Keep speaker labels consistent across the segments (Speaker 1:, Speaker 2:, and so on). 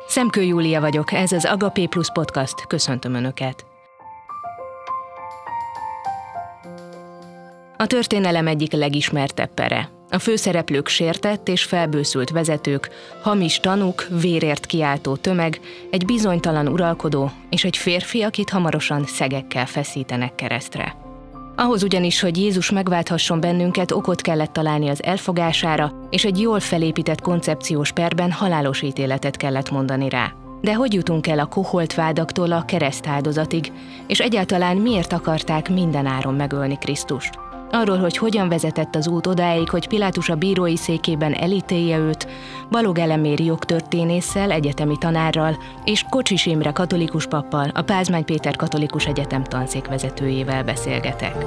Speaker 1: Szemkő Júlia vagyok, ez az Agapé Plus Podcast, köszöntöm Önöket. A történelem egyik legismertebb pere. A főszereplők sértett és felbőszült vezetők, hamis tanúk, vérért kiáltó tömeg, egy bizonytalan uralkodó és egy férfi, akit hamarosan szegekkel feszítenek keresztre. Ahhoz ugyanis, hogy Jézus megválthasson bennünket, okot kellett találni az elfogására, és egy jól felépített koncepciós perben halálos ítéletet kellett mondani rá. De hogy jutunk el a koholt vádaktól a keresztáldozatig, és egyáltalán miért akarták minden áron megölni Krisztust? Arról, hogy hogyan vezetett az út odáig, hogy Pilátus a bírói székében elítélje őt, Balog Elemér jogtörténésszel, egyetemi tanárral és Kocsis Imre katolikus pappal, a Pázmány Péter Katolikus Egyetem tanszékvezetőjével beszélgetek.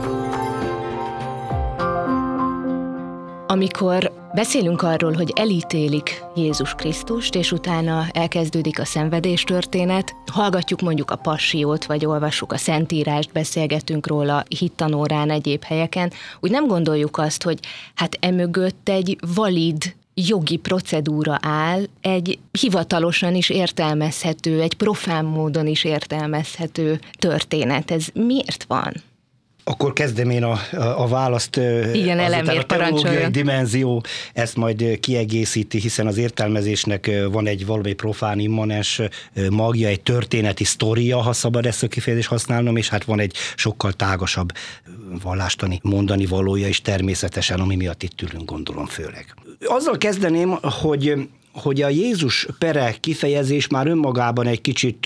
Speaker 1: Amikor beszélünk arról, hogy elítélik Jézus Krisztust, és utána elkezdődik a szenvedéstörténet, hallgatjuk mondjuk a Passiót, vagy olvassuk a Szentírást, beszélgetünk róla hittanórán, egyéb helyeken, úgy nem gondoljuk azt, hogy hát emögött egy valid jogi procedúra áll, egy hivatalosan is értelmezhető, egy profán módon is értelmezhető történet. Ez miért van?
Speaker 2: Akkor kezdem én a választ.
Speaker 1: Igen, Elemér,
Speaker 2: a teológiai dimenzió ezt majd kiegészíti, hiszen az értelmezésnek van egy valami profán, immanens magja, egy történeti sztoria, ha szabad ezt a kifejezést használnom, és hát van egy sokkal tágasabb vallástani mondani valója is természetesen, ami miatt itt ülünk, gondolom főleg. Azzal kezdeném, hogy a Jézus pere kifejezés már önmagában egy kicsit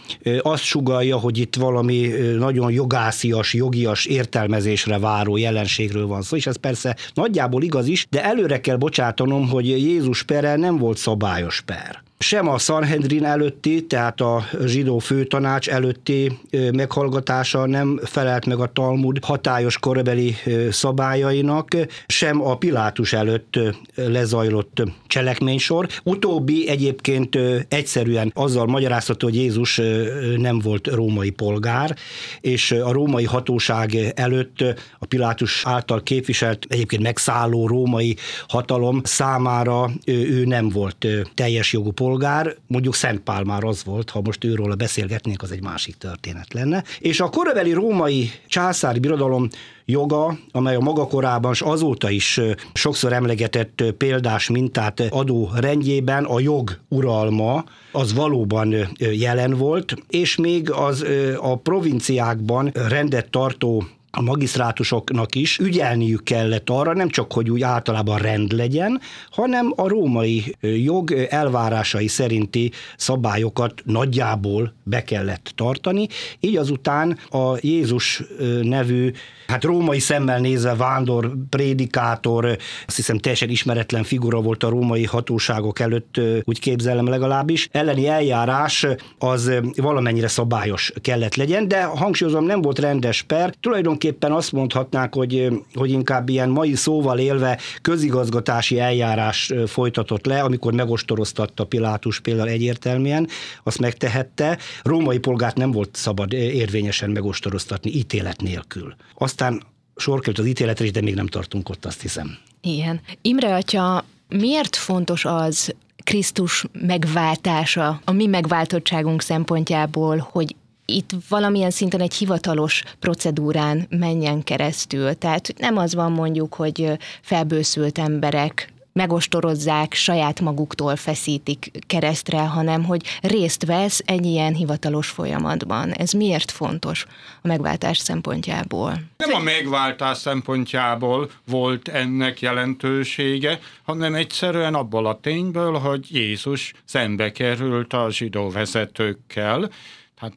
Speaker 2: azt sugallja, hogy itt valami nagyon jogászias, jogias értelmezésre váró jelenségről van szó, és ez persze nagyjából igaz is, de előre kell bocsátanom, hogy Jézus pere nem volt szabályos per. Sem a Sanhedrin előtti, tehát a zsidó főtanács előtti meghallgatása nem felelt meg a Talmud hatályos korabeli szabályainak, sem a Pilátus előtt lezajlott cselekménysor. Utóbbi egyébként egyszerűen azzal magyarázható, hogy Jézus nem volt római polgár, és a római hatóság előtt a Pilátus által képviselt, egyébként megszálló római hatalom számára ő nem volt teljes jogú polgár, mondjuk Szent Pál már az volt, ha most őről beszélgetnénk, az egy másik történet lenne. És a korabeli római császári birodalom joga, amely a maga korában és azóta is sokszor emlegetett példás mintát adó rendjében a jog uralma, az valóban jelen volt, és még a provinciákban rendet tartó a magisztrátusoknak is ügyelniük kellett arra, nem csak, hogy úgy általában rend legyen, hanem a római jog elvárásai szerinti szabályokat nagyjából be kellett tartani. Így azután a Jézus nevű, hát római szemmel nézve vándor, prédikátor, azt hiszem teljesen ismeretlen figura volt a római hatóságok előtt, úgy képzelem legalábbis, elleni eljárás az valamennyire szabályos kellett legyen, de hangsúlyozom, nem volt rendes per, tulajdonképpen azt mondhatnák, hogy inkább ilyen mai szóval élve közigazgatási eljárás folytatott le, amikor megostoroztatta Pilátus például egyértelműen, azt megtehette. Római polgárt nem volt szabad érvényesen megostoroztatni ítélet nélkül. Aztán sor került az ítéletre is, de még nem tartunk ott, azt hiszem.
Speaker 1: Igen. Imre atya, miért fontos az Krisztus megváltása a mi megváltottságunk szempontjából, hogy itt valamilyen szinten egy hivatalos procedúrán menjen keresztül? Tehát nem az van mondjuk, hogy felbőszült emberek megostorozzák, saját maguktól feszítik keresztre, hanem hogy részt vesz egy ilyen hivatalos folyamatban. Ez miért fontos a megváltás szempontjából?
Speaker 3: Nem a megváltás szempontjából volt ennek jelentősége, hanem egyszerűen abból a tényből, hogy Jézus szembe került a zsidó vezetőkkel, tehát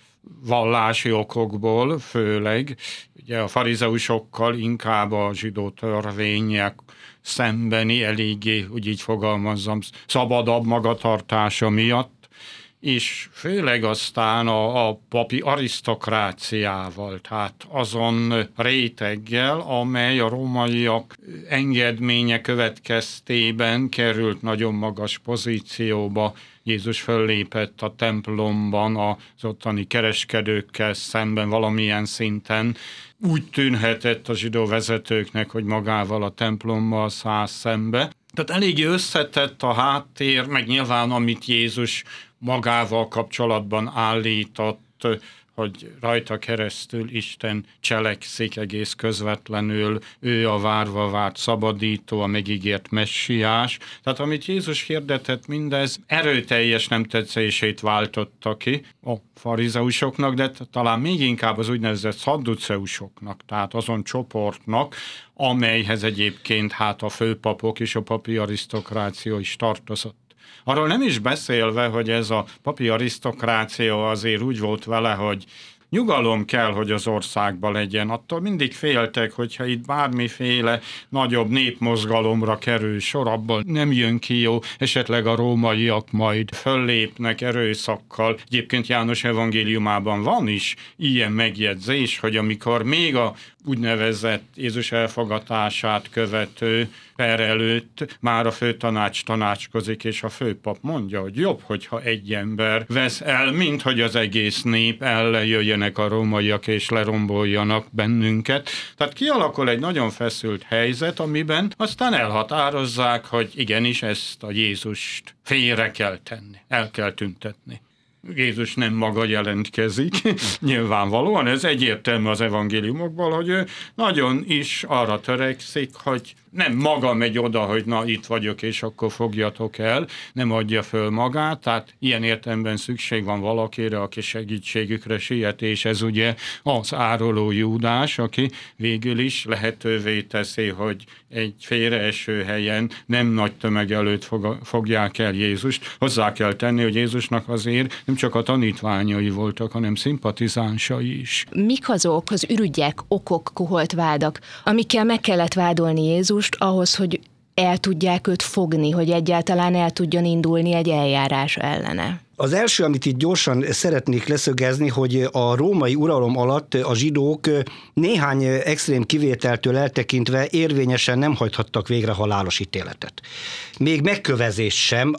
Speaker 3: vallási okokból főleg, ugye a farizeusokkal inkább a zsidó törvények szembeni eléggé, úgy így fogalmazzam, szabadabb magatartása miatt, és főleg aztán a papi arisztokráciával, tehát azon réteggel, amely a rómaiak engedménye következtében került nagyon magas pozícióba. Jézus föllépett a templomban az ottani kereskedőkkel szemben valamilyen szinten. Úgy tűnhetett a zsidó vezetőknek, hogy magával a templommal száll szembe. Tehát eléggé összetett a háttér, meg nyilván amit Jézus magával kapcsolatban állított, hogy rajta keresztül Isten cselekszik egész közvetlenül, ő a várva várt szabadító, a megígért messiás. Tehát amit Jézus hirdetett, mindez erőteljes nem tetszését váltotta ki a farizeusoknak, de talán még inkább az úgynevezett szadduceusoknak, tehát azon csoportnak, amelyhez egyébként hát a főpapok és a papi arisztokrácia is tartozott. Arról nem is beszélve, hogy ez a papi arisztokrácia azért úgy volt vele, hogy nyugalom kell, hogy az országban legyen. Attól mindig féltek, hogyha itt bármiféle nagyobb népmozgalomra kerül sor, abból nem jön ki jó, esetleg a rómaiak majd föllépnek erőszakkal. Egyébként János evangéliumában van is ilyen megjegyzés, hogy amikor még a úgynevezett Jézus elfogatását követő per előtt már a főtanács tanácskozik, és a főpap mondja, hogy jobb, hogyha egy ember vesz el, mint hogy az egész nép ellen jöjjenek a rómaiak és leromboljanak bennünket. Tehát kialakul egy nagyon feszült helyzet, amiben aztán elhatározzák, hogy igenis ezt a Jézust félre kell tenni, el kell tüntetni. Jézus nem maga jelentkezik, nyilvánvalóan, ez egyértelmű az evangéliumokból, hogy ő nagyon is arra törekszik, hogy nem maga megy oda, hogy na itt vagyok, és akkor fogjatok el, nem adja föl magát, tehát ilyen értelemben szükség van valakire, aki segítségükre siet, és ez ugye az áruló Júdás, aki végül is lehetővé teszi, hogy egy félreeső helyen nem nagy tömeg előtt fogják el Jézust. Hozzá kell tenni, hogy Jézusnak azért nem csak a tanítványai voltak, hanem szimpatizánsai is.
Speaker 1: Mik azok az ürügyek, okok, koholt vádak, amikkel meg kellett vádolni Jézust ahhoz, hogy el tudják őt fogni, hogy egyáltalán el tudjon indulni egy eljárás ellene?
Speaker 2: Az első, amit itt gyorsan szeretnék leszögezni, hogy a római uralom alatt a zsidók néhány extrém kivételtől eltekintve érvényesen nem hajthattak végre halálos ítéletet. Még megkövezést sem.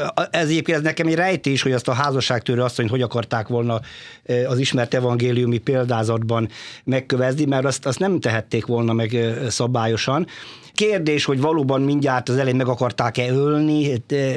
Speaker 2: Ez egyébként nekem egy rejtés, hogy azt a házasságtörő asszonyt hogy akarták volna az ismert evangéliumi példázatban megkövezni, mert azt nem tehették volna meg szabályosan. Kérdés, hogy valóban mindjárt az elején meg akarták-e ölni,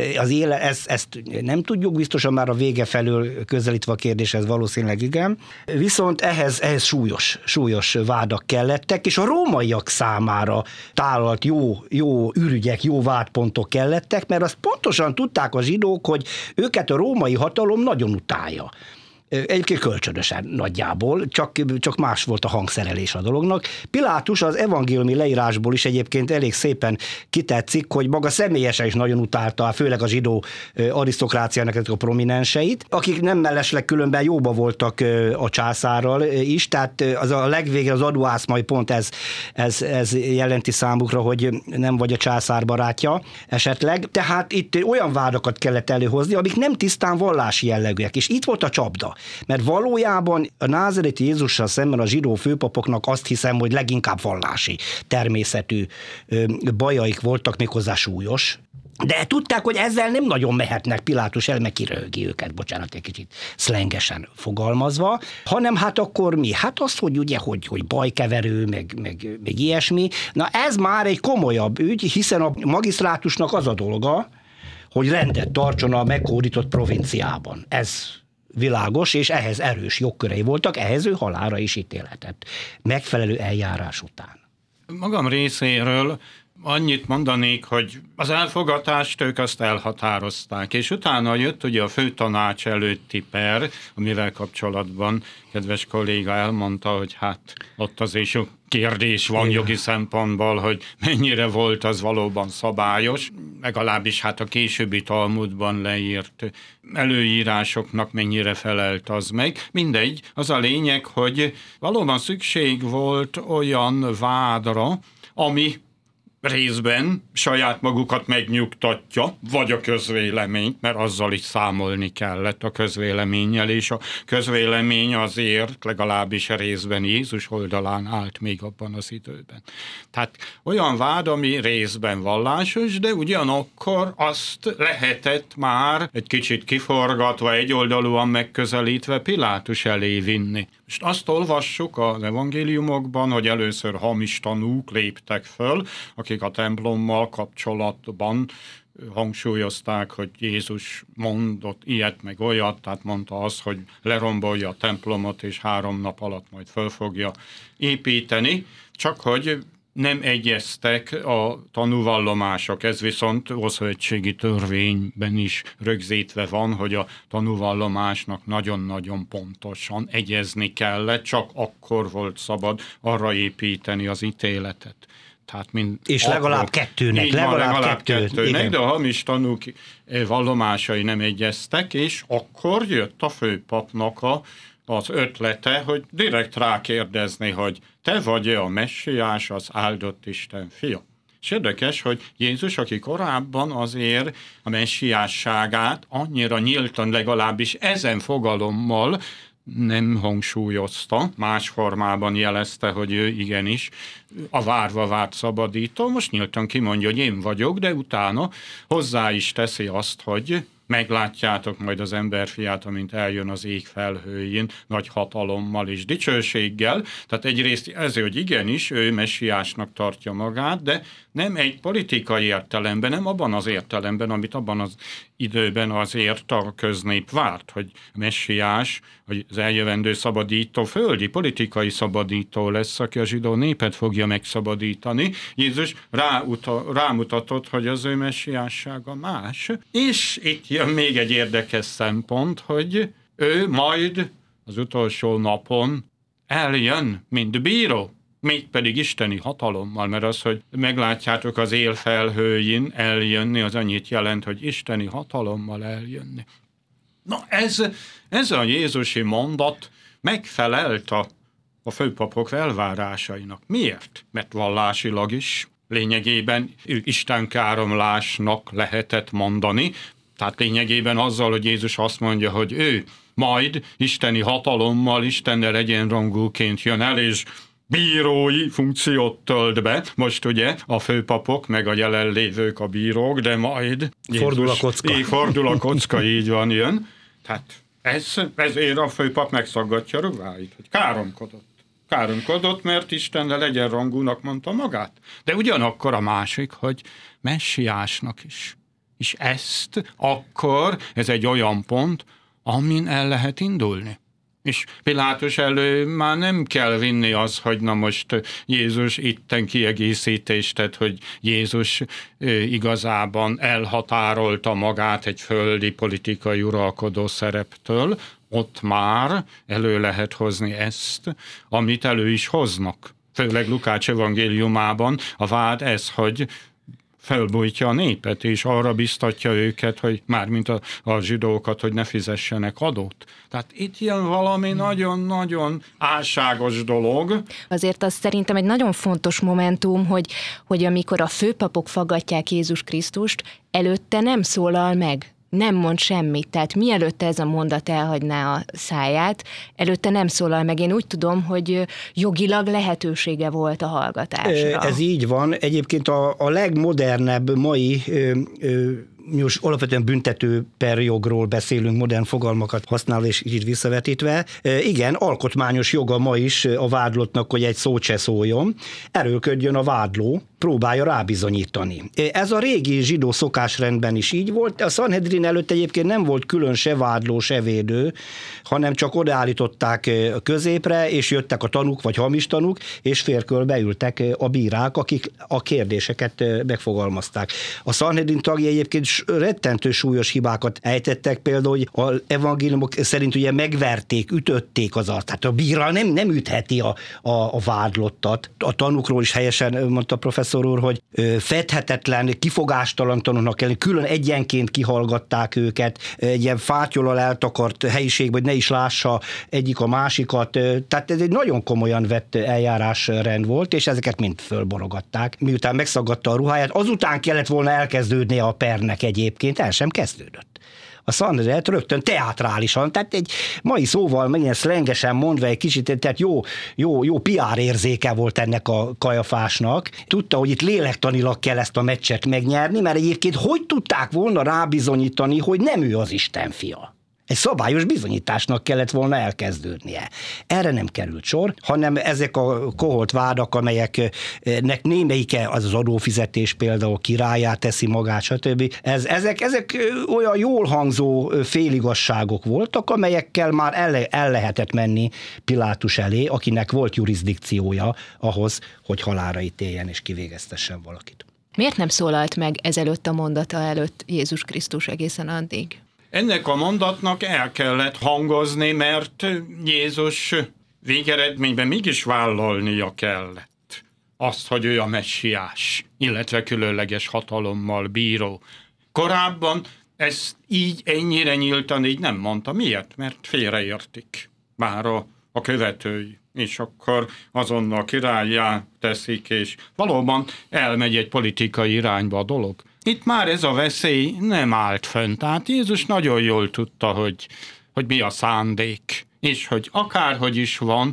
Speaker 2: ezt nem tudjuk, biztosan már a vége felől közelítve a kérdéshez valószínűleg igen. Viszont ehhez súlyos vádak kellettek, és a rómaiak számára tálalt jó ürügyek, jó vádpontok kellettek, mert azt pontosan tudták a zsidók, hogy őket a római hatalom nagyon utálja. Egyébként kölcsönösen nagyjából, csak más volt a hangszerelés a dolognak. Pilátus az evangéliumi leírásból is egyébként elég szépen kitetszik, hogy maga személyesen is nagyon utálta, főleg a zsidó arisztokráciának a prominenseit, akik nem mellesleg különben jóba voltak a császárral is, tehát az a legvégén az adóász majd pont ez jelenti számukra, hogy nem vagy a császár barátja esetleg. Tehát itt olyan vádakat kellett előhozni, amik nem tisztán vallási jellegűek, és itt volt a csapda. Mert valójában a názareti Jézussal szemben a zsidó főpapoknak azt hiszem, hogy leginkább vallási természetű bajaik voltak, méghozzá súlyos. De tudták, hogy ezzel nem nagyon mehetnek, Pilátus elmekiröhögi őket, bocsánat, egy kicsit szlengesen fogalmazva, hanem hát akkor mi? Hát az, hogy ugye, hogy bajkeverő, meg ilyesmi. Na ez már egy komolyabb ügy, hiszen a magisztrátusnak az a dolga, hogy rendet tartson a meghódított provinciában. Ez világos, és ehhez erős jogkörei voltak, ehhez ő halálra is ítélhetett. Megfelelő eljárás után.
Speaker 3: Magam részéről annyit mondanék, hogy az elfogatást ők azt elhatározták, és utána jött ugye a főtanács előtti per, amivel kapcsolatban kedves kolléga elmondta, hogy hát ott azért sok kérdés van jogi szempontból, hogy mennyire volt az valóban szabályos, legalábbis hát a későbbi Talmudban leírt előírásoknak mennyire felelt az meg. Mindegy, az a lényeg, hogy valóban szükség volt olyan vádra, ami részben saját magukat megnyugtatja, vagy a közvéleményt, mert azzal is számolni kellett a közvéleménnyel, és a közvélemény azért legalábbis részben Jézus oldalán állt még abban az időben. Tehát olyan vád, ami részben vallásos, de ugyanakkor azt lehetett már egy kicsit kiforgatva, egyoldalúan megközelítve Pilátus elé vinni. Most azt olvassuk az evangéliumokban, hogy először hamis tanúk léptek föl, akik akik a templommal kapcsolatban hangsúlyozták, hogy Jézus mondott ilyet meg olyat, tehát mondta azt, hogy lerombolja a templomot, és 3 nap alatt majd föl fogja építeni, csak hogy nem egyeztek a tanúvallomások. Ez viszont ószövetségi törvényben is rögzítve van, hogy a tanúvallomásnak nagyon-nagyon pontosan egyezni kellett, csak akkor volt szabad arra építeni az ítéletet. Tehát
Speaker 2: és legalább kettőnek.
Speaker 3: Legalább kettőnek, de a hamis tanúk vallomásai nem egyeztek, és akkor jött a főpapnak az ötlete, hogy direkt rákérdezni, hogy te vagy-e a messiás, az áldott Isten fia. És érdekes, hogy Jézus, aki korábban azért a messiásságát annyira nyíltan, legalábbis ezen fogalommal nem hangsúlyozta, más formában jelezte, hogy ő igenis a várva várt szabadító, most nyíltan kimondja, hogy én vagyok, de utána hozzá is teszi azt, hogy meglátjátok majd az emberfiát, amint eljön az ég felhőjén, nagy hatalommal és dicsőséggel. Tehát egyrészt ezért, hogy igenis, ő messiásnak tartja magát, de nem egy politikai értelemben, nem abban az értelemben, amit abban az időben azért a köznép várt, hogy messiás, hogy az eljövendő szabadító, földi politikai szabadító lesz, aki a zsidó népet fogja megszabadítani. Jézus rámutatott, hogy az ő messiássága más. És itt jön még egy érdekes szempont, hogy ő majd az utolsó napon eljön, mint bíró, mégpedig isteni hatalommal, mert az, hogy meglátjátok az él felhőjén eljönni, az annyit jelent, hogy isteni hatalommal eljönni. Na ez a jézusi mondat megfelelt a főpapok elvárásainak. Miért? Mert vallásilag is lényegében istenkáromlásnak lehetett mondani, tehát lényegében azzal, hogy Jézus azt mondja, hogy ő majd isteni hatalommal, Istennel egyenrangúként jön el, és bírói funkciót tölt be. Most ugye a főpapok, meg a jelenlévők a bírók, de majd
Speaker 2: fordul a kocka.
Speaker 3: Fordul a kocka, így van, jön. Tehát ezért a főpap megszaggatja ruháit, hogy káromkodott, mert Istennel egyenrangúnak mondta magát. De ugyanakkor a másik, hogy messiásnak is. És akkor ez egy olyan pont, amin el lehet indulni. És Pilátus elő már nem kell vinni az, hogy na most Jézus itten kiegészítést tett, hogy Jézus igazában elhatárolta magát egy földi politikai uralkodó szereptől, ott már elő lehet hozni ezt, amit elő is hoznak. Főleg Lukács evangéliumában a vád ez, hogy felbújtja a népet, és arra biztatja őket, hogy mármint a zsidókat, hogy ne fizessenek adót. Tehát itt jön valami nagyon-nagyon álságos dolog.
Speaker 1: Azért az szerintem egy nagyon fontos momentum, hogy amikor a főpapok faggatják Jézus Krisztust, előtte nem szólal meg. Nem mond semmit, tehát mielőtt ez a mondat elhagyná a száját, előtte nem szólal meg. Én úgy tudom, hogy jogilag lehetősége volt a hallgatásra.
Speaker 2: Ez így van. Egyébként a legmodernebb mai most alapvetően büntető perjogról beszélünk, modern fogalmakat használ és így visszavetítve. Igen, alkotmányos joga ma is a vádlottnak, hogy egy szót se szóljon. Erőlködjön a vádló, próbálja rábizonyítani. Ez a régi zsidó szokásrendben is így volt. A Sanhedrin előtt egyébként nem volt külön se vádló, se védő, hanem csak odaállították középre, és jöttek a tanúk, vagy hamis tanúk, és félkörbe ültek a bírák, akik a kérdéseket megfogalmazták. A Sanhedrin tagjai egyébként rettentő súlyos hibákat ejtettek, például, hogy az evangéliumok szerint ugye megverték, ütötték az arcát. Tehát a bírál nem ütheti a vádlottat. A tanúkról is helyesen mondta a professzor úr, hogy fedhetetlen, kifogástalan tanúknak kell, külön egyenként kihallgatták őket, egy ilyen fátyollal eltakart helyiségben, hogy ne is lássa egyik a másikat. Tehát ez egy nagyon komolyan vett eljárásrend volt, és ezeket mind fölborogatták. Miután megszaggatta a ruháját, azután kellett volna elkezdődnie a pernek egyébként, el sem kezdődött. A Sanhedrin rögtön teátrálisan, tehát egy mai szóval megint szlengesen mondva egy kicsit, tehát jó PR érzéke volt ennek a Kajafásnak. Tudta, hogy itt lélektanilag kell ezt a meccset megnyerni, mert egyébként hogy tudták volna rábizonyítani, hogy nem ő az Isten fia? Egy szabályos bizonyításnak kellett volna elkezdődnie. Erre nem került sor, hanem ezek a koholt vádak, amelyeknek némelyike az adófizetés például királyá teszi magát, stb. Ezek olyan jól hangzó féligasságok voltak, amelyekkel már el lehetett menni Pilátus elé, akinek volt jurisdikciója ahhoz, hogy halálra ítéljen és kivégeztessen valakit.
Speaker 1: Miért nem szólalt meg ezelőtt a mondata előtt Jézus Krisztus egészen addig?
Speaker 3: Ennek a mondatnak el kellett hangozni, mert Jézus végeredményben mégis vállalnia kellett azt, hogy ő a messiás, illetve különleges hatalommal bíró. Korábban ezt így ennyire nyíltan így nem mondta. Miért? Mert félreértik már a követői, és akkor azonnal királlyá teszik, és valóban elmegy egy politikai irányba a dolog. Itt már ez a veszély nem állt fönn, tehát Jézus nagyon jól tudta, hogy mi a szándék, és hogy akárhogy is van,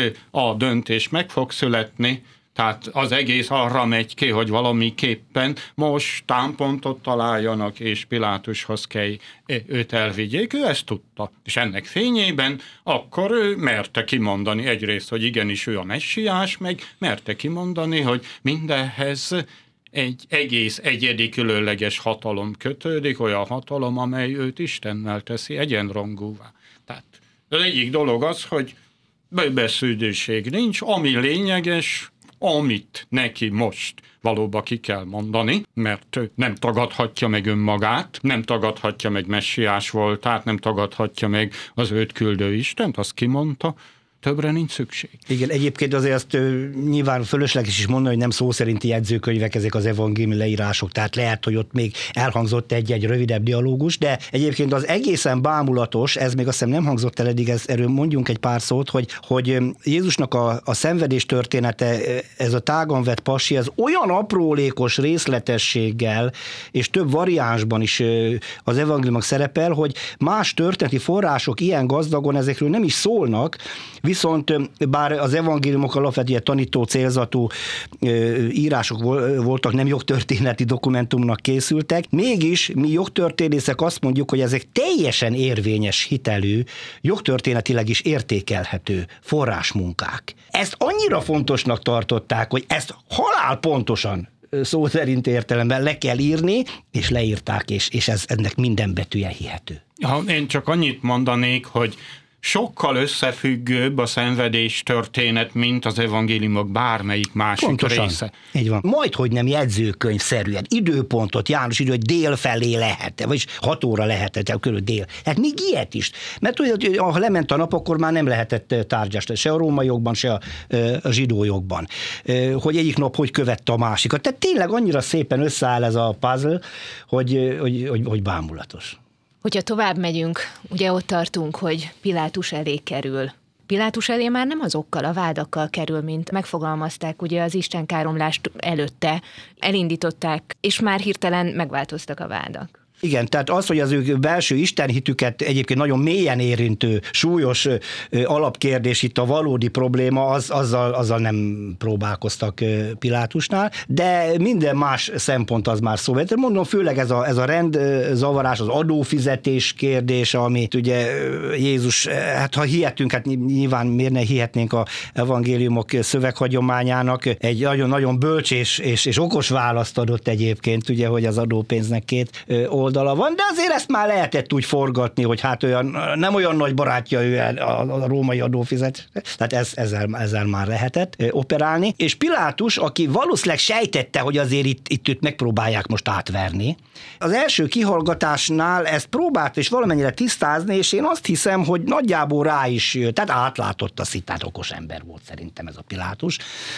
Speaker 3: a döntés meg fog születni, tehát az egész arra megy ki, hogy valamiképpen most támpontot találjanak, és Pilátushoz kell őt elvigyék, ő ezt tudta. És ennek fényében akkor ő merte kimondani egyrészt, hogy igenis ő a messiás, meg merte kimondani, hogy mindenhez egy egész egyedi különleges hatalom kötődik, olyan hatalom, amely őt Istennel teszi egyenrangúvá. Tehát az egyik dolog az, hogy beszédőség nincs, ami lényeges, amit neki most valóban ki kell mondani, mert nem tagadhatja meg önmagát, nem tagadhatja meg messiás voltát, nem tagadhatja meg az őt küldő Istent, azt kimondta, többre nincs szükség.
Speaker 2: Igen, egyébként azért azt nyilván fölösleges is mondani, hogy nem szó szerinti jegyzőkönyvek ezek az evangéliumi leírások, tehát lehet, hogy ott még elhangzott egy rövidebb dialógus, de egyébként az egészen bámulatos, ez még azt hiszem nem hangzott el eddig, erről mondjunk egy pár szót, hogy Jézusnak a szenvedés története, ez a tágan vett passi, ez olyan aprólékos részletességgel, és több variánsban is az evangéliumok szerepel, hogy más történeti források ilyen gazdagon ezekről nem is szólnak, viszont bár az evangéliumok alapvetően tanító célzatú írások voltak, nem jogtörténeti dokumentumnak készültek, mégis mi jogtörténészek azt mondjuk, hogy ezek teljesen érvényes hitelű, jogtörténetileg is értékelhető forrásmunkák. Ezt annyira fontosnak tartották, hogy ezt halálpontosan szó szerint értelemben le kell írni, és leírták, és ennek minden betűje hihető.
Speaker 3: Én csak annyit mondanék, hogy sokkal összefüggőbb a szenvedés történet, mint az evangéliumok bármelyik másik
Speaker 2: pontosan
Speaker 3: része.
Speaker 2: Így van. Majdhogy nem jegyzőkönyvszerűen, időpontot, János idő, hogy dél felé lehet, vagyis 6 óra lehetett, körül dél. Hát még ilyet is. Mert ugye, ha lement a nap, akkor már nem lehetett tárgyast, se a római jogban, se a zsidó jogban. Hogy egyik nap hogy követte a másikat. Tehát tényleg annyira szépen összeáll ez a puzzle, hogy bámulatos.
Speaker 1: Hogyha tovább megyünk, ugye ott tartunk, hogy Pilátus elé kerül. Pilátus elé már nem azokkal a vádakkal kerül, mint megfogalmazták ugye az istenkáromlást előtte, elindították, és már hirtelen megváltoztak a vádak.
Speaker 2: Igen, tehát az, hogy az ő belső istenhitüket egyébként nagyon mélyen érintő, súlyos alapkérdés itt a valódi probléma, azzal nem próbálkoztak Pilátusnál, de minden más szempont az már szó. Mondom, főleg ez a rendzavarás, az adófizetés kérdése, amit ugye Jézus, hát ha hihetünk, hát nyilván miért ne hihetnénk a evangéliumok szöveghagyományának, egy nagyon-nagyon bölcs és okos választ adott egyébként, ugye, hogy az adópénznek két oldala van, de azért ezt már lehetett úgy forgatni, hogy hát nem olyan nagy barátja ő a római adófizetés, tehát ezzel már lehetett operálni, és Pilátus, aki valószínűleg sejtette, hogy azért itt megpróbálják most átverni. Az első kihallgatásnál ezt próbált és valamennyire tisztázni, és én azt hiszem, hogy nagyjából rá is jött, tehát átlátott a szitát, okos ember volt szerintem ez a Pilátus,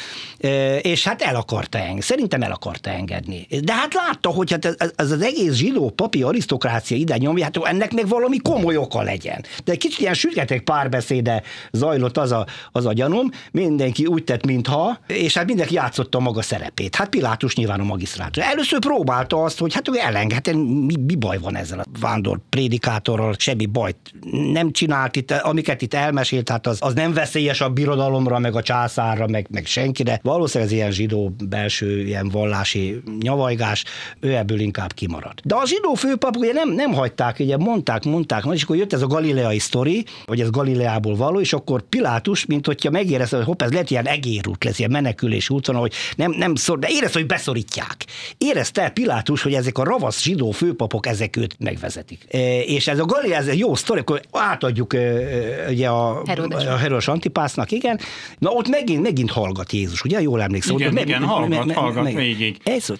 Speaker 2: és hát szerintem el akarta engedni. De hát látta, hogy hát ez az egész zsidó papi arisztokrácia ide nyomja, hát ennek meg valami komoly oka legyen. De egy kicsit ilyen sürgeteg párbeszéde zajlott az a gyanúm, mindenki úgy tett, mintha, és hát mindenki játszotta a maga szerepét. Hát Pilátus nyilván a magisztrátus. Először próbálta azt, hogy hát ő elengedhet, mi baj van ezzel a vándor prédikátorral, semmi bajt nem csinált itt, amiket itt elmesélt, hát az nem veszélyes a birodalomra, meg a császárra, meg senkire. Valószínűleg ez ilyen zsidó belső, ilyen vallási nyavajgás, ő ebből inkább kimarad. De a zsidó zsidó főpapok ugye nem hagyták, ugye mondták, és akkor jött ez a galileai sztori, hogy ez Galileából való, és akkor Pilátus, mint hogyha megérezte, hogy hopp, ez lehet ilyen egérút lesz, ilyen menekülés úton, hogy nem szor, de érezte, hogy beszorítják. Érezte el Pilátus, hogy ezek a ravasz zsidó főpapok, ezek őt megvezetik. És ez a Galilea, ez egy jó sztori, akkor átadjuk ugye a Herodes Antipásznak, igen. Na ott megint hallgat Jézus, ugye? Jól emlékszem.
Speaker 3: Igen, hallgat végig.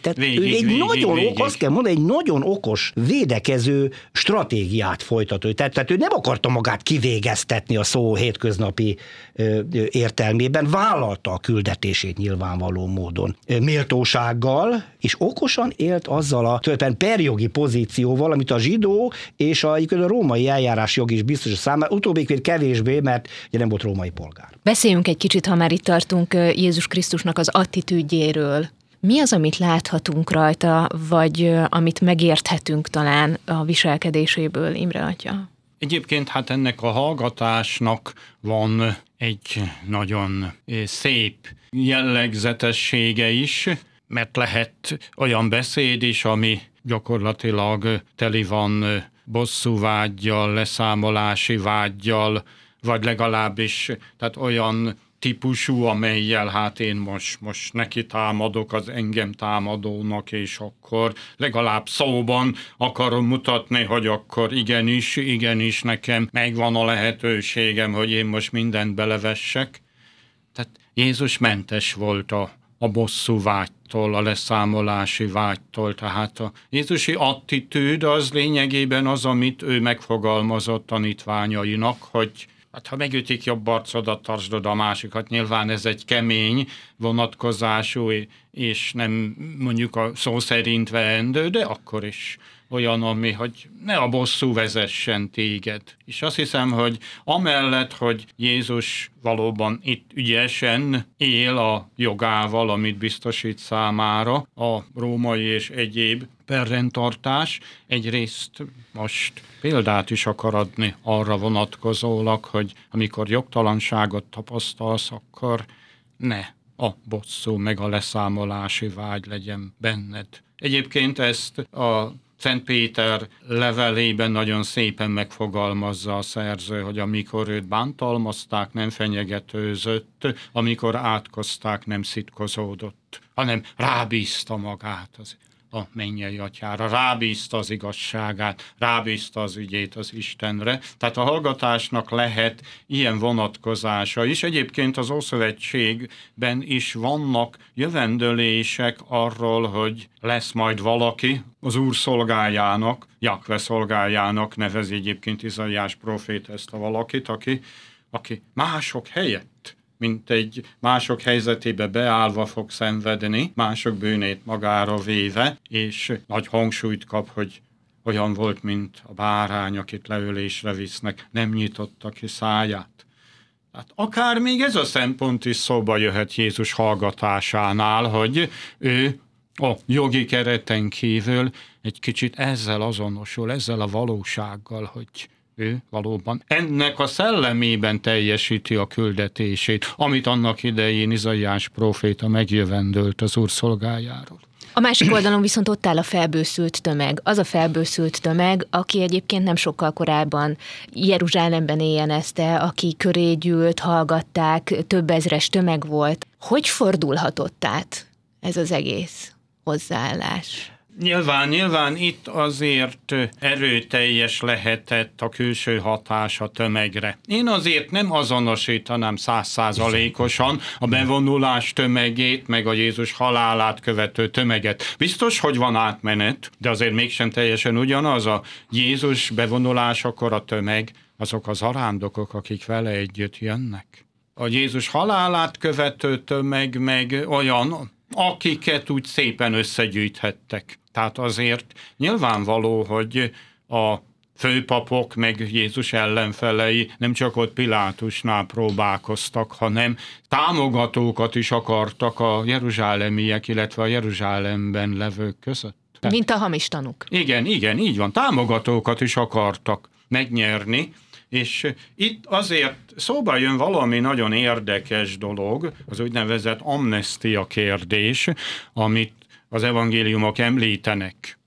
Speaker 2: Azt kell mondani, egy nagyon okos védekező stratégiát folytat. Tehát ő nem akarta magát kivégeztetni a szó hétköznapi értelmében, vállalta a küldetését nyilvánvaló módon. Méltósággal, és okosan élt azzal a tulajdonképpen perjogi pozícióval, amit a zsidó és a római eljárásjog is biztos a számára, utóbbik kevésbé, mert ugye nem volt római polgár.
Speaker 1: Beszéljünk egy kicsit, ha már itt tartunk, Jézus Krisztusnak az attitűdjéről. Mi az, amit láthatunk rajta, vagy amit megérthetünk talán a viselkedéséből, Imre atya?
Speaker 3: Egyébként hát ennek a hallgatásnak van egy nagyon szép jellegzetessége is, mert lehet olyan beszéd is, ami gyakorlatilag teli van bosszúvággyal, leszámolási vággyal, vagy legalábbis tehát olyan típusú, amellyel hát én most neki támadok az engem támadónak, és akkor legalább szóban akarom mutatni, hogy akkor igenis nekem megvan a lehetőségem, hogy én most mindent belevessek. Tehát Jézus mentes volt a bosszú vágytól, a leszámolási vágytól, tehát a jézusi attitűd az lényegében az, amit ő megfogalmazott tanítványainak, hogy hát ha megütik jobb arcodat, tartsd oda a másikat. Nyilván ez egy kemény vonatkozású, és nem mondjuk a szó szerint veendő, de akkor is olyan, ami, hogy ne a bosszú vezessen téged. És azt hiszem, hogy amellett, hogy Jézus valóban itt ügyesen él a jogával, amit biztosít számára a római és egyéb perrendtartás, egyrészt most példát is akar adni arra vonatkozólag, hogy amikor jogtalanságot tapasztalsz, akkor ne a bosszú meg a leszámolási vágy legyen benned. Egyébként ezt a Szent Péter levelében nagyon szépen megfogalmazza a szerző, hogy amikor őt bántalmazták, nem fenyegetőzött, amikor átkozták, nem szitkozódott, hanem rábízta magát a mennyei atyára, rábízta az igazságát, rábízta az ügyét az Istenre. Tehát a hallgatásnak lehet ilyen vonatkozása is. Egyébként az Ószövetségben is vannak jövendőlések arról, hogy lesz majd valaki az Úr szolgájának, Jahve szolgájának nevezi egyébként Izaiás prófét ezt a valakit, aki mások helyett, mint egy mások helyzetébe beállva fog szenvedni, mások bűnét magára véve, és nagy hangsúlyt kap, hogy olyan volt, mint a bárány, akit leölésre visznek, nem nyitotta ki száját. Hát akár még ez a szempont is szóba jöhet Jézus hallgatásánál, hogy ő a jogi kereten kívül egy kicsit ezzel azonosul, ezzel a valósággal, hogy ő valóban ennek a szellemében teljesíti a küldetését, amit annak idején Izaiás próféta megjövendölt az Úr szolgájáról.
Speaker 1: A másik oldalon viszont ott áll a felbőszült tömeg. Az a felbőszült tömeg, aki egyébként nem sokkal korábban Jeruzsálemben éjjenezte, aki köré gyűlt, hallgatták, több ezres tömeg volt. Hogy fordulhatott át ez az egész hozzáállás?
Speaker 3: Nyilván itt azért erőteljes lehetett a külső hatás a tömegre. Én azért nem azonosítanám 100%-osan a bevonulás tömegét, meg a Jézus halálát követő tömeget. Biztos, hogy van átmenet, de azért mégsem teljesen ugyanaz. A Jézus bevonulásakor a tömeg, azok az arándokok, akik vele együtt jönnek. A Jézus halálát követő tömeg meg olyan, akiket úgy szépen összegyűjthettek. Tehát azért nyilvánvaló, hogy a főpapok meg Jézus ellenfelei nem csak ott Pilátusnál próbálkoztak, hanem támogatókat is akartak a jeruzsálemiek, illetve a Jeruzsálemben levők között.
Speaker 1: Mint a hamis tanúk.
Speaker 3: Igen, így van. Támogatókat is akartak megnyerni, és itt azért szóba jön valami nagyon érdekes dolog, az úgynevezett amnestia kérdés, amit az evangéliumok említenek.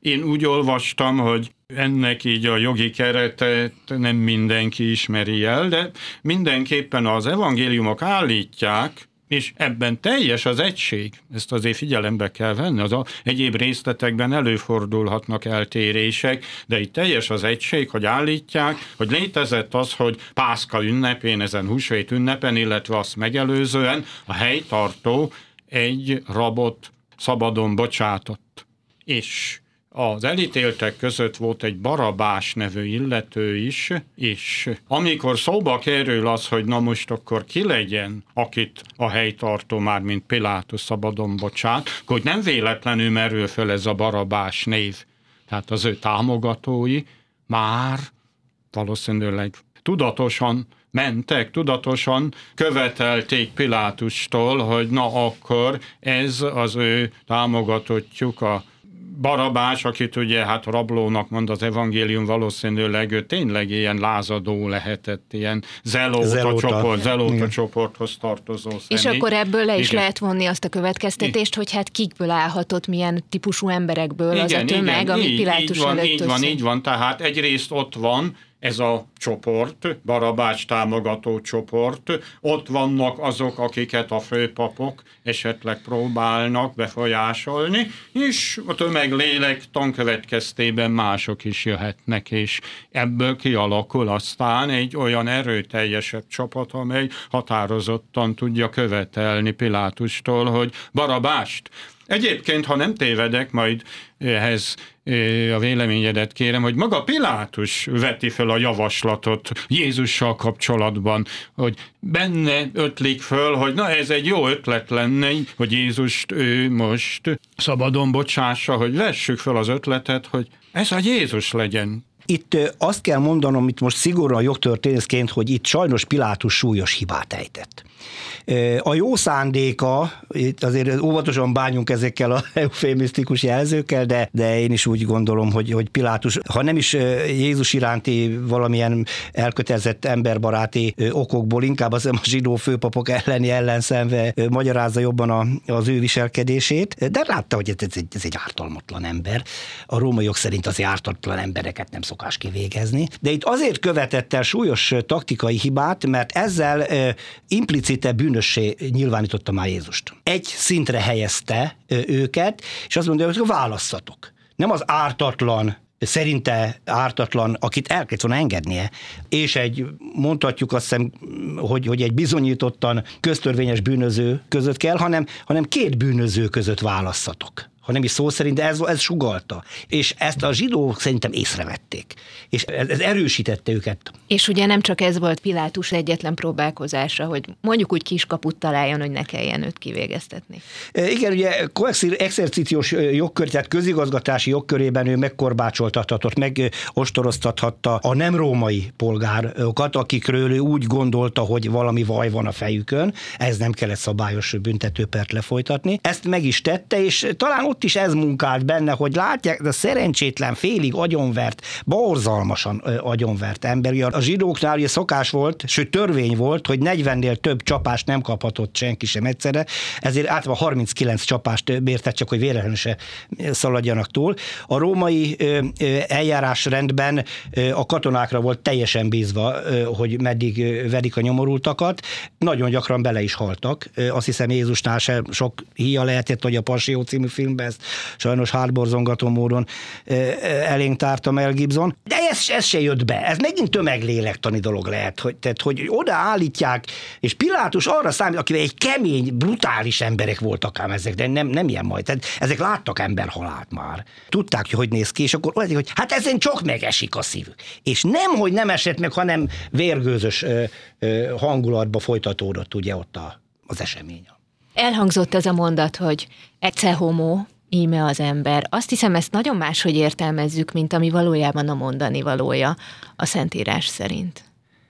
Speaker 3: Én úgy olvastam, hogy ennek így a jogi keretet nem mindenki ismeri el, de mindenképpen az evangéliumok állítják, és ebben teljes az egység, ezt azért figyelembe kell venni, egyéb részletekben előfordulhatnak eltérések, de itt teljes az egység, hogy állítják, hogy létezett az, hogy Pászka ünnepén, ezen húsvét ünnepen, illetve azt megelőzően a helytartó egy rabot szabadon bocsátott. És az elítéltek között volt egy Barabás nevű illető is, és amikor szóba kerül az, hogy na most akkor ki legyen, akit a helytartó már, mint Pilátus szabadon bocsát, hogy nem véletlenül merül föl ez a Barabás név. Tehát az ő támogatói már valószínűleg tudatosan mentek, tudatosan követelték Pilátustól, hogy na akkor ez az ő támogatottjuk, a Barabás, akit ugye hát rablónak mond az evangélium, valószínűleg ő tényleg ilyen lázadó lehetett, ilyen zelóta csoporthoz tartozó személy.
Speaker 1: És akkor ebből le is lehet vonni azt a következtetést, hogy hát kikből állhatott, milyen típusú emberekből az a tömeg, ami Pilátus előtt
Speaker 3: így van, tehát egyrészt ott van ez a csoport, Barabás támogató csoport, ott vannak azok, akiket a főpapok esetleg próbálnak befolyásolni, és a tömeglélektan következtében mások is jöhetnek, és ebből kialakul aztán egy olyan erőteljesebb csapat, amely határozottan tudja követelni Pilátustól, hogy Barabást. Egyébként, ha nem tévedek, majd ehhez a véleményedet kérem, hogy maga Pilátus veti fel a javaslatot Jézussal kapcsolatban, hogy benne ötlik föl, hogy na ez egy jó ötlet lenne, hogy Jézust ő most szabadon bocsássa, hogy vessük fel az ötletet, hogy ez a Jézus legyen.
Speaker 2: Itt azt kell mondanom, itt most szigorúan jogtörténészként, hogy itt sajnos Pilátus súlyos hibát ejtett. A jó szándéka, itt azért óvatosan bánjunk ezekkel a eufémisztikus jelzőkkel, de én is úgy gondolom, hogy Pilátus, ha nem is Jézus iránti valamilyen elkötelezett emberbaráti okokból, inkább a zsidó főpapok elleni ellenszenve magyarázza jobban az ő viselkedését, de látta, hogy ez egy ártalmatlan ember. A római jog szerint az ártatlan embereket nem szokás kivégezni. De itt azért követett el súlyos taktikai hibát, mert ezzel implicite bűnössé nyilvánította már Jézust. Egy szintre helyezte őket, és azt mondja, hogy válasszatok. Nem az ártatlan, szerinte ártatlan, akit el kellett volna engednie, és mondhatjuk azt hiszem, hogy egy bizonyítottan köztörvényes bűnöző között kell, hanem két bűnöző között válasszatok. Ha nem is szó szerint, de ez sugallta. És ezt a zsidók szerintem észrevették. És ez erősítette őket.
Speaker 1: És ugye nem csak ez volt Pilátus egyetlen próbálkozása, hogy mondjuk úgy kiskaput találjon, hogy ne kelljen őt kivégeztetni.
Speaker 2: Igen, ugye exercíciós jogkör, tehát közigazgatási jogkörében ő megkorbácsoltathatott, megostoroztathatta a nem római polgárokat, akikről ő úgy gondolta, hogy valami vaj van a fejükön. Ez nem kellett szabályos büntetőpert lefolytatni. Ezt meg is tette, és talán ott is ez munkált benne, hogy látják, de szerencsétlen, félig agyonvert, borzalmasan agyonvert ember. A zsidóknál ugye szokás volt, sőt törvény volt, hogy 40-nél több csapást nem kaphatott senki sem egyszerre, ezért általában 39 csapást bértett, csak hogy véletlenül se szaladjanak túl. A római eljárásrendben a katonákra volt teljesen bízva, hogy meddig verik a nyomorultakat. Nagyon gyakran bele is haltak. Azt hiszem Jézusnál sem sok híja lehetett, hogy a Passió című filmben ezt sajnos hátborzongató módon elénk tárta Mel Gibson. De ez se jött be. Ez megint tömeglélektani dolog lehet, hogy odaállítják, és Pilátus arra számít, akivel egy kemény, brutális emberek voltak ám ezek, de nem ilyen majd. Tehát ezek láttak emberhalált már. Tudták, hogy néz ki, és akkor olyan, hogy hát ezen csak megesik a szívük. És nem, hogy nem esett meg, hanem vérgőzös hangulatba folytatódott ugye ott az esemény.
Speaker 1: Elhangzott ez a mondat, hogy ecce homo, íme az ember. Azt hiszem, ezt nagyon máshogy értelmezzük, mint ami valójában a mondani valója a Szentírás szerint.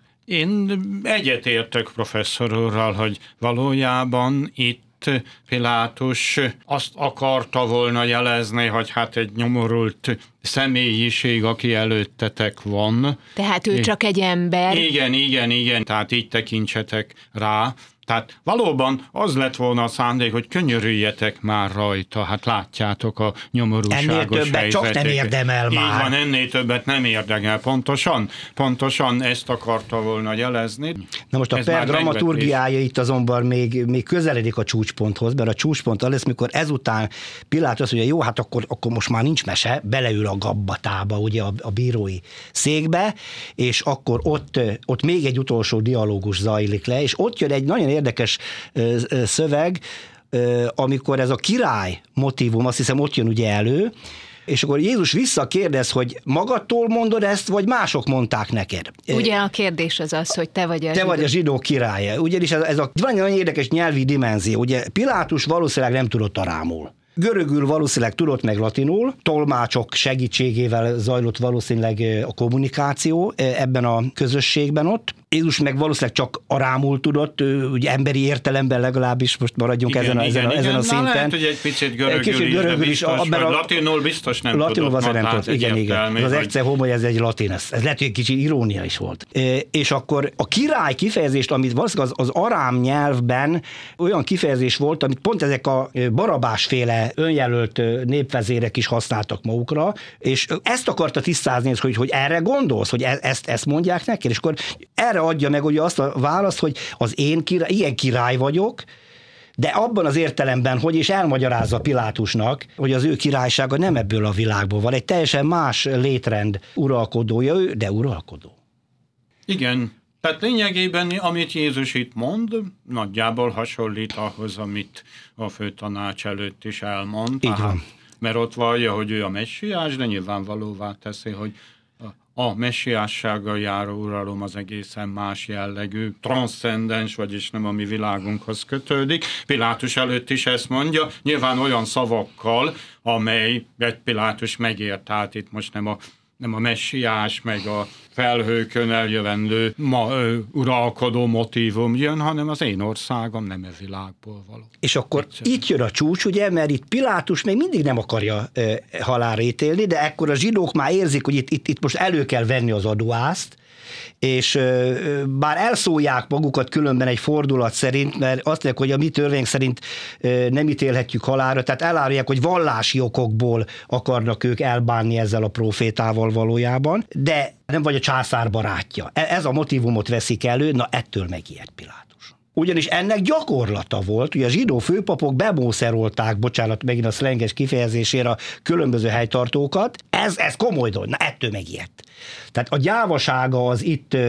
Speaker 3: Én egyetértek professzor úrral, hogy valójában itt Pilátus azt akarta volna jelezni, hogy hát egy nyomorult személyiség, aki előttetek van.
Speaker 1: Tehát ő csak egy ember.
Speaker 3: Igen, tehát így tekintsetek rá. Tehát valóban az lett volna a szándék, hogy könyörüljetek már rajta, hát látjátok a nyomorúságos
Speaker 2: ennél többet
Speaker 3: helyzetét.
Speaker 2: csak nem érdemel már.
Speaker 3: Így van, ennél többet nem érdemel. Pontosan ezt akarta volna jelezni.
Speaker 2: Na most a per dramaturgiája itt azonban még közeledik a csúcsponthoz, mert a csúcspont az lesz, mikor ezután Pilátus azt mondja, jó, hát akkor most már nincs mese, beleül a gabbatába, ugye a bírói székbe, és akkor ott még egy utolsó dialógus zajlik le, és ott jön egy nagyon érdekes szöveg, amikor ez a király motívum, azt hiszem ott jön ugye elő, és akkor Jézus visszakérdez, hogy magadtól mondod ezt, vagy mások mondták neked?
Speaker 1: Ugye a kérdés az, hogy te vagy
Speaker 2: a zsidó királya. Ugyanis van egy nagyon érdekes nyelvi dimenzió. Ugye Pilátus valószínűleg nem tudott arámul. Görögül valószínűleg tudott, meg latinul, tolmácsok segítségével zajlott valószínűleg a kommunikáció ebben a közösségben ott. Jézus meg valószínűleg csak arámul tudott, ugye emberi értelemben legalábbis, most maradjunk ezen a szinten.
Speaker 3: Lehet, hogy egy picit görögül is, latinul biztos nem tudott.
Speaker 2: Igen. Az ecce homo, ez egy latin, ez lehet, hogy egy kicsi irónia is volt. És akkor a király kifejezést, amit valószínűleg az arám nyelvben olyan kifejezés volt, amit pont ezek a Barabás-féle önjelölt népvezérek is használtak magukra, és ezt akarta tisztázni, hogy erre gondolsz, hogy ezt mondják neki, és akkor erre adja meg ugye azt a választ, hogy az én ilyen király vagyok, de abban az értelemben, hogy is elmagyarázza Pilátusnak, hogy az ő királysága nem ebből a világból van, egy teljesen más létrend uralkodója ő, de uralkodó.
Speaker 3: Igen, tehát lényegében, amit Jézus itt mond, nagyjából hasonlít ahhoz, amit a főtanács előtt is elmond.
Speaker 2: Így van.
Speaker 3: Mert ott vallja, hogy ő a messiás, de nyilvánvalóvá teszi, hogy a messiássággal járó uralom az egészen más jellegű, transzcendens, vagyis nem a mi világunkhoz kötődik. Pilátus előtt is ezt mondja, nyilván olyan szavakkal, amely Pilátus megért, tehát itt most nem a messiás, meg a felhőkön eljövendő uralkodó motívum jön, hanem az én országom nem e világból való.
Speaker 2: És akkor itt jön a csúcs, ugye, mert itt Pilátus még mindig nem akarja halálra ítélni, de ekkor a zsidók már érzik, hogy itt most elő kell venni az adóászt, és bár elszólják magukat különben egy fordulat szerint, mert azt mondják, hogy a mi törvény szerint nem ítélhetjük halálra, tehát elárulják, hogy vallási okokból akarnak ők elbánni ezzel a profétával valójában, de nem vagy a császár barátja. Ez a motívumot veszik elő, na ettől megijedt Pilátus. Ugyanis ennek gyakorlata volt, hogy a zsidó főpapok bemószerolták, bocsánat, megint a szlenges kifejezésére a különböző helytartókat, ez komoly dolog, na ettől megijedt. Tehát a gyávasága az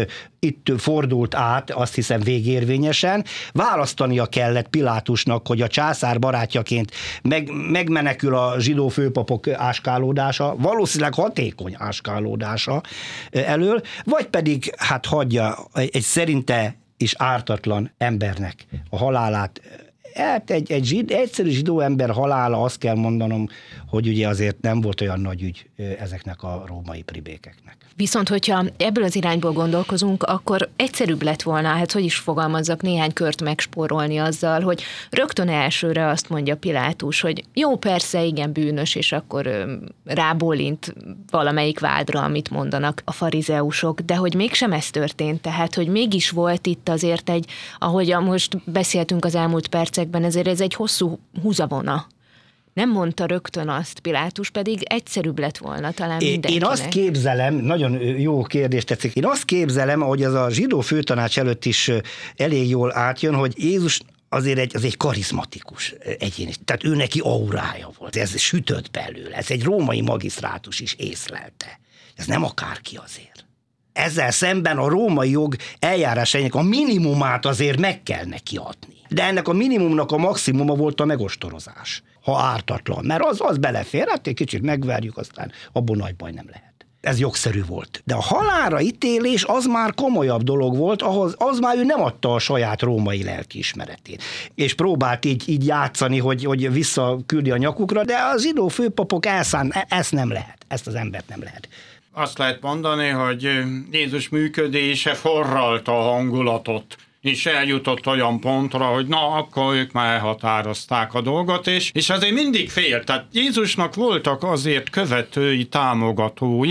Speaker 2: itt fordult át, azt hiszem végérvényesen, választania kellett Pilátusnak, hogy a császár barátjaként megmenekül a zsidó főpapok áskálódása, valószínűleg hatékony áskálódása elől, vagy pedig hát hagyja egy szerinte és ártatlan embernek a halálát. Hát egy egyszerű zsidó ember halála, azt kell mondanom, hogy ugye azért nem volt olyan nagy ügy ezeknek a római pribékeknek.
Speaker 1: Viszont, hogyha ebből az irányból gondolkozunk, akkor egyszerűbb lett volna, hát hogy is fogalmazzak, néhány kört megspórolni azzal, hogy rögtön elsőre azt mondja Pilátus, hogy jó, persze, igen, bűnös, és akkor rábólint valamelyik vádra, amit mondanak a farizeusok, de hogy mégsem ez történt, tehát, hogy mégis volt itt azért ahogy most beszéltünk az elmúlt percekben, ezért ez egy hosszú húzavona. Nem mondta rögtön azt, Pilátus pedig egyszerűbb lett volna talán mindenkinek.
Speaker 2: Én azt képzelem, nagyon jó kérdés tetszik, én azt képzelem, hogy ez a zsidó főtanács előtt is elég jól átjön, hogy Jézus azért egy karizmatikus egyén. Tehát ő neki aurája volt, ez sütött belőle, ez egy római magisztrátus is észlelte. Ez nem akárki azért. Ezzel szemben a római jog eljárásainak a minimumát azért meg kell neki adni. De ennek a minimumnak a maximuma volt a megostorozás, ha ártatlan. Mert az belefér, hát egy kicsit megverjük, aztán abból nagy baj nem lehet. Ez jogszerű volt. De a halálra ítélés az már komolyabb dolog volt, az már ő nem adta a saját római lelkiismeretét. És próbált így játszani, hogy visszaküldi a nyakukra, de a zsidó főpapok ezt nem lehet, ezt az embert nem lehet.
Speaker 3: Azt lehet mondani, hogy Jézus működése forralta a hangulatot, és eljutott olyan pontra, hogy na, akkor ők már elhatározták a dolgot, és azért mindig fél. Tehát Jézusnak voltak azért követői, támogatói.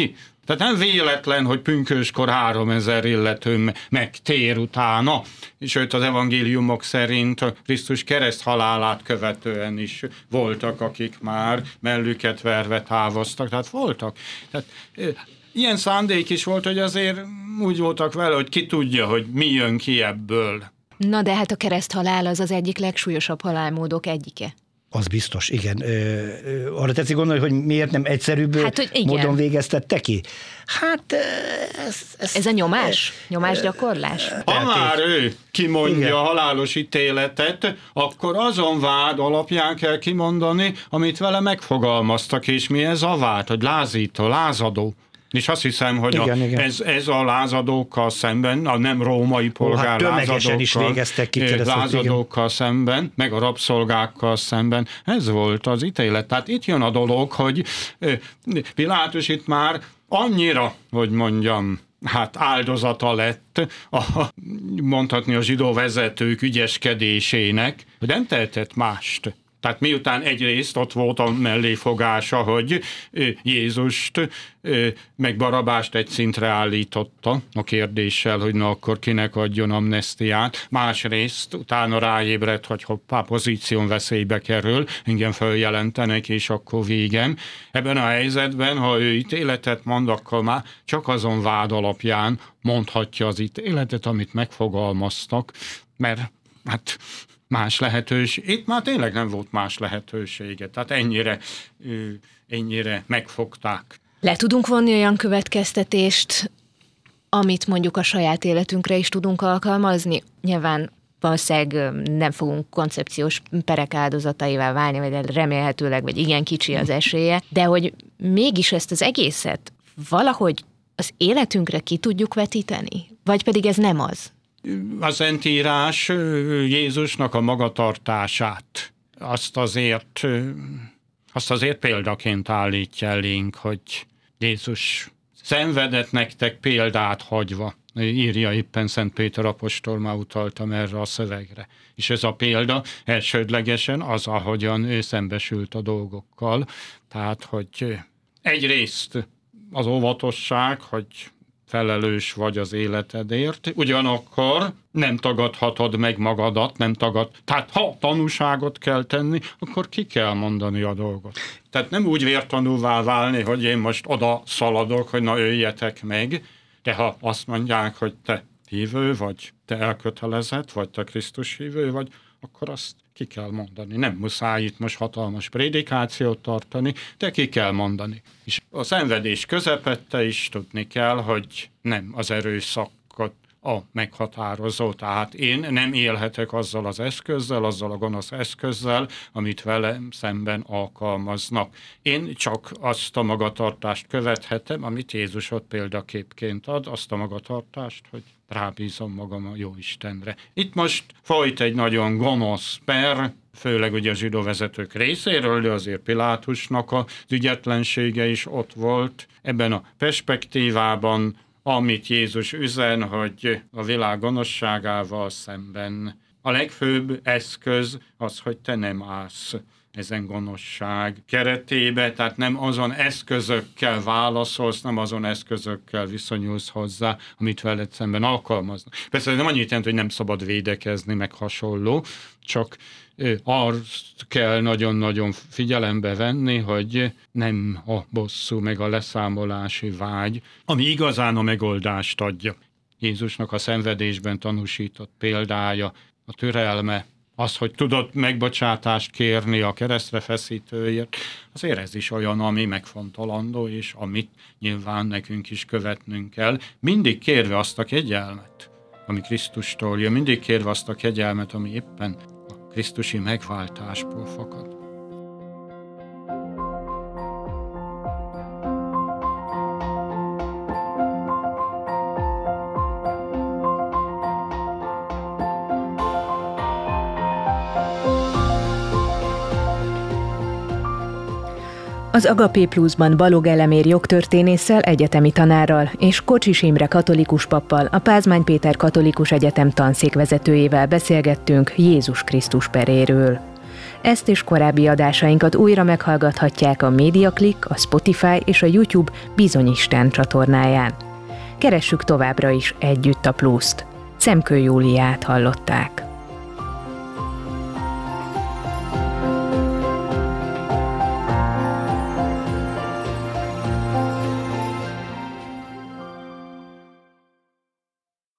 Speaker 3: Tehát nem véletlen, hogy pünköskor 3000 illető megtér utána, és őt az evangéliumok szerint a Krisztus kereszthalálát követően is voltak, akik már mellüket verve távoztak, tehát voltak. Tehát, ilyen szándék is volt, hogy azért úgy voltak vele, hogy ki tudja, hogy mi jön ki ebből.
Speaker 1: Na de hát a kereszthalál az egyik legsúlyosabb halálmódok egyike.
Speaker 2: Az biztos, igen. Arra tetszik gondolni, hogy miért nem egyszerűbb módon végeztette ki? Hát
Speaker 1: ez a nyomás? Nyomásgyakorlás?
Speaker 3: Ha már ő kimondja a halálos ítéletet, akkor azon vád alapján kell kimondani, amit vele megfogalmaztak, és mi ez a vád, hogy lázító, lázadó. És azt hiszem, hogy ez a lázadókkal szemben, a nem római polgár lázadókkal szemben, meg a rabszolgákkal szemben, ez volt az ítélet. Tehát itt jön a dolog, hogy Pilátus itt már annyira, hogy mondjam, hát áldozata lett mondhatni a zsidó vezetők ügyeskedésének, hogy nem tehetett mást. Tehát miután egyrészt ott volt a melléfogása, hogy Jézust meg Barabást egy szintre állította a kérdéssel, hogy na akkor kinek adjon amnesztiát. Másrészt utána ráébredt, hogy hoppá, pozíción veszélybe kerül, engem följelentenek, és akkor végem. Ebben a helyzetben, ha ő ítéletet mond, akkor már csak azon vád alapján mondhatja az ítéletet, amit megfogalmaztak, mert hát más lehetőség. Itt már tényleg nem volt más lehetősége. Tehát ennyire megfogták.
Speaker 1: Le tudunk vonni olyan következtetést, amit mondjuk a saját életünkre is tudunk alkalmazni? Nyilván valószínűleg nem fogunk koncepciós perek áldozataivá válni, vagy remélhetőleg, vagy igen kicsi az esélye, de hogy mégis ezt az egészet valahogy az életünkre ki tudjuk vetíteni? Vagy pedig ez nem az?
Speaker 3: A Szentírás Jézusnak a magatartását, azt azért példaként állítja elénk, hogy Jézus szenvedett nektek példát hagyva. Írja éppen Szent Péter apostol, már utaltam erre a szövegre. És ez a példa elsődlegesen az, ahogyan ő szembesült a dolgokkal. Tehát, hogy egyrészt az óvatosság, hogy felelős vagy az életedért, ugyanakkor nem tagadhatod meg magadat, tehát ha tanúságot kell tenni, akkor ki kell mondani a dolgot. Tehát nem úgy vértanúvá válni, hogy én most oda szaladok, hogy na öljetek meg, de ha azt mondják, hogy te hívő vagy, te elkötelezett, vagy te Krisztus hívő vagy, akkor azt ki kell mondani. Nem muszáj itt most hatalmas prédikációt tartani, de ki kell mondani. És a szenvedés közepette is tudni kell, hogy nem az erőszakot a meghatározó. Tehát én nem élhetek azzal az eszközzel, azzal a gonosz eszközzel, amit velem szemben alkalmaznak. Én csak azt a magatartást követhetem, amit Jézus ott példaképként ad, azt a magatartást, hogy rábízom magam a Jóistenre. Itt most folyt egy nagyon gonosz per, főleg ugye a zsidó vezetők részéről, de azért Pilátusnak az ügyetlensége is ott volt. Ebben a perspektívában, amit Jézus üzen, hogy a világ gonoszságával szemben a legfőbb eszköz az, hogy te nem állsz ezen gonoszság keretébe, tehát nem azon eszközökkel válaszolsz, nem azon eszközökkel viszonyulsz hozzá, amit veled szemben alkalmaznak. Persze nem annyit jelent, hogy nem szabad védekezni, meg hasonló, csak azt kell nagyon-nagyon figyelembe venni, hogy nem a bosszú, meg a leszámolási vágy, ami igazán a megoldást adja. Jézusnak a szenvedésben tanúsított példája, a türelme, az, hogy tudott megbocsátást kérni a keresztre feszítőért, azért ez is olyan, ami megfontolandó, és amit nyilván nekünk is követnünk kell, mindig kérve azt a kegyelmet, ami Krisztustól jön, mindig kérve azt a kegyelmet, ami éppen a krisztusi megváltásból fakad.
Speaker 1: Az Agapé Pluszban Balog Elemér jogtörténésszel, egyetemi tanárral és Kocsis Imre katolikus pappal, a Pázmány Péter Katolikus Egyetem tanszékvezetőjével beszélgettünk Jézus Krisztus peréről. Ezt és korábbi adásainkat újra meghallgathatják a MediaClick, a Spotify és a YouTube Bizonyisten csatornáján. Keressük továbbra is együtt a pluszt. Szemkő Júliát hallották.